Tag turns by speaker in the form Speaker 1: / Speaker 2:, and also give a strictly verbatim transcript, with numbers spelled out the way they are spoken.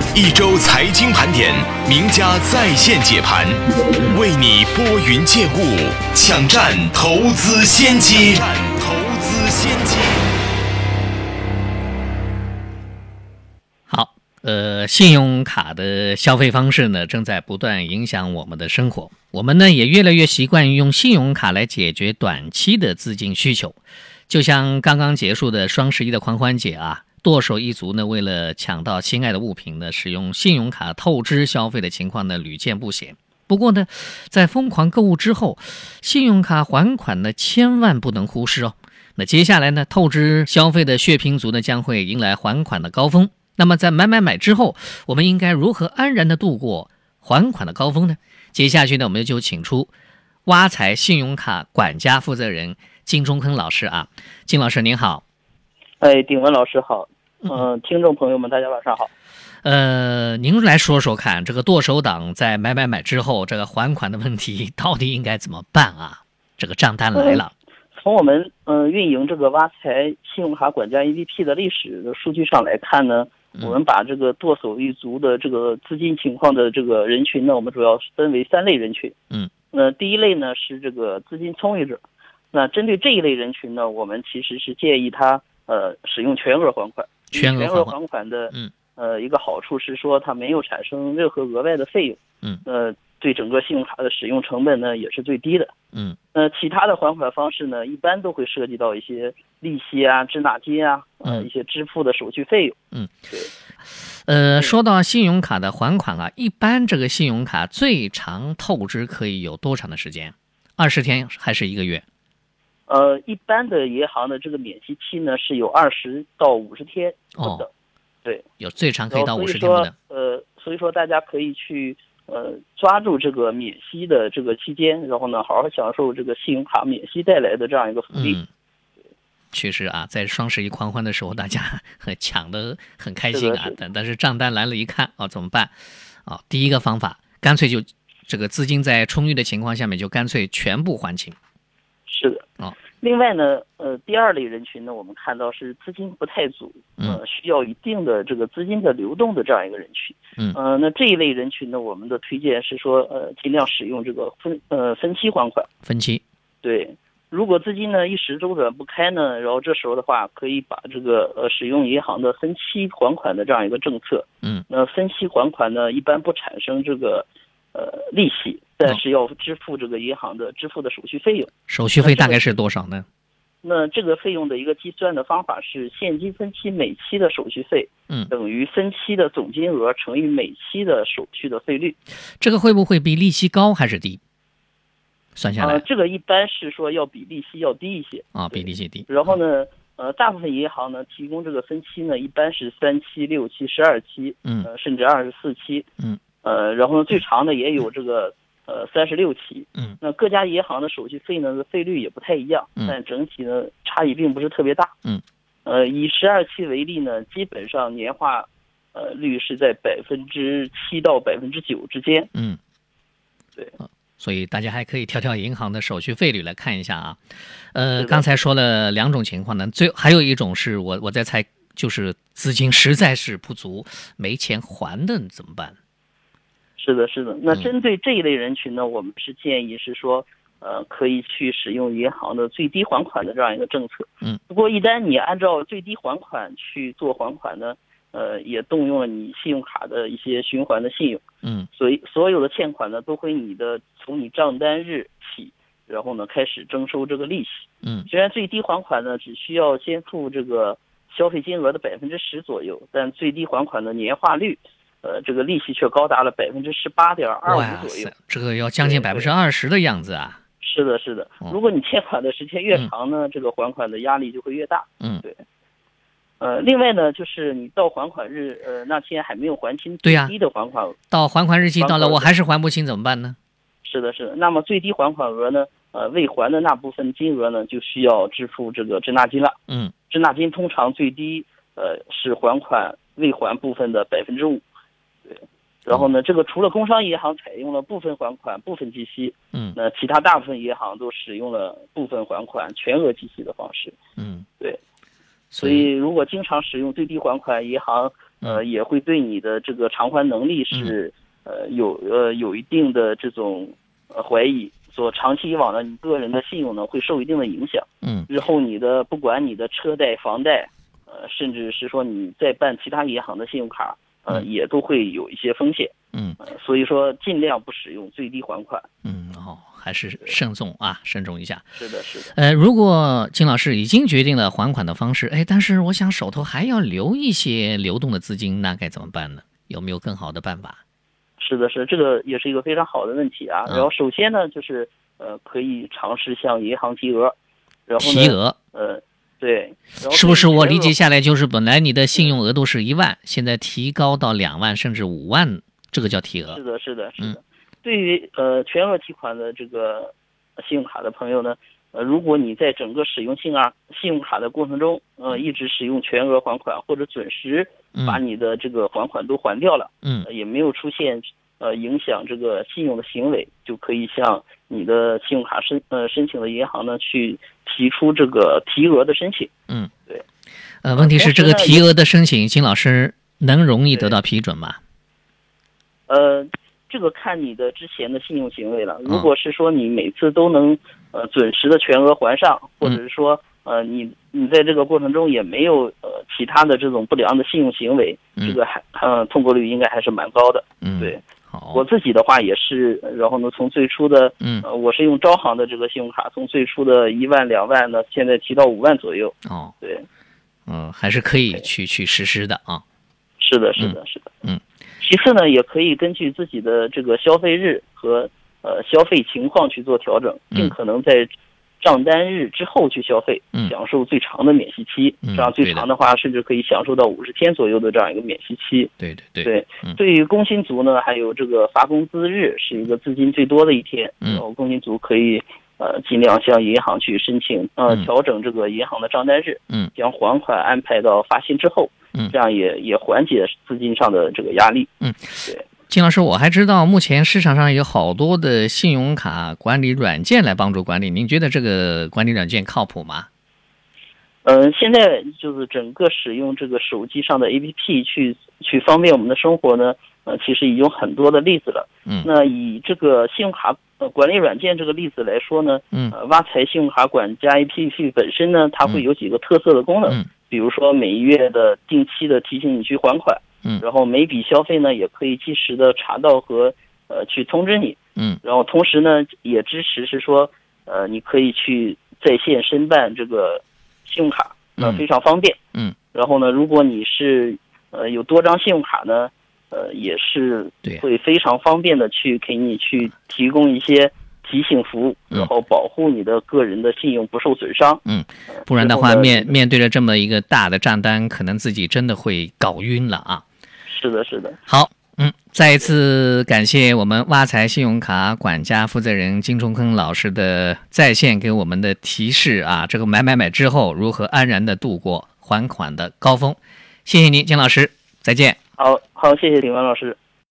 Speaker 1: 一周财经盘点，名家在线解盘，为你拨云见雾，抢占投资先机。抢占投资先机。
Speaker 2: 好，呃，信用卡的消费方式呢，正在不断影响我们的生活。我们呢，也越来越习惯于用信用卡来解决短期的资金需求。就像刚刚结束的双十一的狂欢节啊。剁手一族呢，为了抢到心爱的物品呢，使用信用卡透支消费的情况呢屡见不鲜。不过呢，在疯狂购物之后，信用卡还款呢千万不能忽视哦。那接下来呢，透支消费的血拼族呢将会迎来还款的高峰。那么在买买买之后，我们应该如何安然的度过还款的高峰呢？接下去呢，我们就请出挖财信用卡管家负责人金中坑老师啊，金老师您好。
Speaker 3: 哎，鼎文老师好，嗯、呃，听众朋友们，大家晚上好。
Speaker 2: 呃，您来说说看，这个剁手党在买买买之后，这个还款的问题到底应该怎么办啊？这个账单来了。
Speaker 3: 嗯、从我们呃运营这个挖财信用卡管家 A P P 的历史的数据上来看呢，嗯、我们把这个剁手一族的这个资金情况的这个人群呢，我们主要分为三类人群。嗯，那第一类呢是这个资金充裕者，那针对这一类人群呢，我们其实是建议他。呃，使用全额还款，
Speaker 2: 全
Speaker 3: 额还款的，嗯，呃，一个好处是说它没有产生任何额外的费用，嗯，呃，对整个信用卡的使用成本呢也是最低的，嗯，呃，其他的还款方式呢，一般都会涉及到一些利息啊、滞纳金啊，呃，一些支付的手续费用，嗯，对，
Speaker 2: 呃，说到信用卡的还款啊，一般这个信用卡最长透支可以有多长的时间？二十天还是一个月？
Speaker 3: 呃，一般的银行的这个免息期呢是有二十到五十天的，哦，对，
Speaker 2: 有最长可以到五十天的。
Speaker 3: 呃，所以说大家可以去呃抓住这个免息的这个期间，然后呢好好享受这个信用卡免息带来的这样一个福利。
Speaker 2: 嗯，确实啊，在双十一狂欢的时候，大家抢得很开心啊，但但是账单来了一看啊，怎么办？啊，第一个方法，干脆就这个资金在充裕的情况下面，就干脆全部还清。
Speaker 3: 是的，哦，另外呢，呃，第二类人群呢，我们看到是资金不太足，呃，需要一定的这个资金的流动的这样一个人群，嗯，呃，那这一类人群呢，我们的推荐是说，呃，尽量使用这个分呃分期还款，
Speaker 2: 分期，
Speaker 3: 对，如果资金呢一时周转不开呢，然后这时候的话，可以把这个呃使用银行的分期还款的这样一个政策，嗯，那分期还款呢，一般不产生这个呃利息。但是要支付这个银行的支付的手续费用，
Speaker 2: 手续费大概是多少呢？
Speaker 3: 那这个费用的一个计算的方法是现金分期每期的手续费，嗯，等于分期的总金额乘以每期的手续的费率。
Speaker 2: 这个会不会比利息高还是低？算下来，
Speaker 3: 呃，这个一般是说要比利息要低一些
Speaker 2: 啊，比利息低。
Speaker 3: 然后呢，呃，大部分银行呢提供这个分期呢，一般是三期、六期、十二期，嗯，呃，甚至二十四期，嗯，呃，然后呢，最长的也有这个。呃，三十六期，嗯，那各家银行的手续费呢，费率也不太一样，嗯，但整体呢差异并不是特别大，嗯，呃，以十二期为例呢，基本上年化，呃，率是在百分之七到百分之九之间，嗯，对，
Speaker 2: 所以大家还可以挑挑银行的手续费率来看一下啊，呃，刚才说了两种情况呢，最还有一种是我我在猜，就是资金实在是不足，没钱还的怎么办？
Speaker 3: 是的，是的。那针对这一类人群呢，嗯、我们是建议是说，呃，可以去使用银行的最低还款的这样一个政策。嗯。不过，一旦你按照最低还款去做还款呢，呃，也动用了你信用卡的一些循环的信用。嗯。所以，所有的欠款呢，都会你的从你账单日起，然后呢开始征收这个利息。嗯。虽然最低还款呢只需要先付这个消费金额的百分之十左右，但最低还款的年化率。呃，这个利息却高达了百分之十八点二五左右，
Speaker 2: 这个要将近百分之二十的样子啊！
Speaker 3: 是的，是的。如果你欠款的时间越长呢，嗯、这个还款的压力就会越大。嗯，对。呃，另外呢，就是你到还款日，呃，那天还没有还清最低的还款额，
Speaker 2: 到还款日期到了，我还是还不清怎么办呢？
Speaker 3: 是的，是的。那么最低还款额呢，呃，未还的那部分金额呢，就需要支付这个滞纳金了。嗯，滞纳金通常最低呃是还款未还部分的百分之五。对，然后呢，这个除了工商银行采用了部分还款、部分计息，嗯，那其他大部分银行都使用了部分还款、全额计息的方式。嗯，对。 所以如果经常使用最低还款，银行呃也会对你的这个偿还能力是呃有呃有一定的这种呃怀疑，所长期以往呢，你个人的信用呢会受一定的影响。
Speaker 2: 嗯，
Speaker 3: 日后你的不管你的车贷、房贷，呃，甚至是说你再办其他银行的信用卡，呃，也都会有一些风险。
Speaker 2: 嗯，
Speaker 3: 呃，所以说尽量不使用最低还款。
Speaker 2: 嗯，哦，还是慎重啊，慎重一下。
Speaker 3: 是的，是的。
Speaker 2: 呃，如果金老师已经决定了还款的方式，哎，但是我想手头还要留一些流动的资金，那该怎么办呢？有没有更好的办法？
Speaker 3: 是的，是这个也是一个非常好的问题啊。然后首先呢，就是呃，可以尝试向银行提额，然后呢，
Speaker 2: 提额，
Speaker 3: 呃，对，
Speaker 2: 是不是我理解下来就是本来你的信用额度是一万，现在提高到两万甚至五万，这个叫提额？
Speaker 3: 是的，是的，是的。嗯、对于呃全额提款的这个信用卡的朋友呢，呃，如果你在整个使用信啊信用卡的过程中，呃，一直使用全额还款或者准时把你的这个还款都还掉了，
Speaker 2: 嗯，
Speaker 3: 呃、也没有出现呃影响这个信用的行为，就可以向你的信用卡申呃申请的银行呢去提出这个提额的申请。
Speaker 2: 嗯，
Speaker 3: 对。
Speaker 2: 呃，问题是这个提额的申请，金老师能容易得到批准吗？
Speaker 3: 呃，这个看你的之前的信用行为了。如果是说你每次都能呃准时的全额还上，或者是说呃你你在这个过程中也没有呃其他的这种不良的信用行为，这个还呃通过率应该还是蛮高的。
Speaker 2: 嗯，
Speaker 3: 对。
Speaker 2: 好，
Speaker 3: 我自己的话也是，然后呢，从最初的，
Speaker 2: 嗯，
Speaker 3: 呃，我是用招行的这个信用卡，从最初的一万两万呢，现在提到五万左右。
Speaker 2: 哦，
Speaker 3: 对，
Speaker 2: 嗯、呃，还是可以去去实施的啊。
Speaker 3: 是的，是的，是的。
Speaker 2: 嗯，
Speaker 3: 其次呢，也可以根据自己的这个消费日和呃消费情况去做调整，尽可能在账单日之后去消费，
Speaker 2: 嗯，
Speaker 3: 享受最长的免息期。
Speaker 2: 嗯，
Speaker 3: 这样最长的话，甚至可以享受到五十天左右的这样一个免息期。
Speaker 2: 对对对。
Speaker 3: 对，
Speaker 2: 嗯、
Speaker 3: 对于工薪族呢，还有这个发工资日是一个资金最多的一天，
Speaker 2: 嗯，
Speaker 3: 然后工薪族可以呃尽量向银行去申请呃调整这个银行的账单日，
Speaker 2: 嗯，
Speaker 3: 将还款安排到发薪之后，
Speaker 2: 嗯，
Speaker 3: 这样也也缓解资金上的这个压力。
Speaker 2: 嗯，
Speaker 3: 对。
Speaker 2: 金老师，我还知道目前市场上有好多的信用卡管理软件来帮助管理，您觉得这个管理软件靠谱吗？
Speaker 3: 嗯、呃，现在就是整个使用这个手机上的 A P P 去去方便我们的生活呢，呃，其实已经有很多的例子了。
Speaker 2: 嗯，
Speaker 3: 那以这个信用卡呃管理软件这个例子来说呢，
Speaker 2: 嗯，
Speaker 3: 呃，挖财信用卡管家 A P P 本身呢，它会有几个特色的功能，
Speaker 2: 嗯，
Speaker 3: 比如说每月的定期的提醒你去还款。
Speaker 2: 嗯，
Speaker 3: 然后每笔消费呢，也可以及时的查到和呃去通知你。
Speaker 2: 嗯，
Speaker 3: 然后同时呢，也支持是说，呃，你可以去在线申办这个信用卡，呃，非常方便。
Speaker 2: 嗯，
Speaker 3: 然后呢，如果你是呃有多张信用卡呢，呃，也是会非常方便的去给你去提供一些提醒服务，然后保护你的个人的信用不受损伤。
Speaker 2: 嗯，不然的话，面面对着这么一个大的账单，可能自己真的会搞晕了啊。
Speaker 3: 是的，是的。
Speaker 2: 好，嗯，再一次感谢我们挖财信用卡管家负责人金崇坑老师的在线给我们的提示啊，这个买买买之后如何安然的度过还款的高峰。谢谢您，金老师，再见。
Speaker 3: 好好，谢谢李文老师。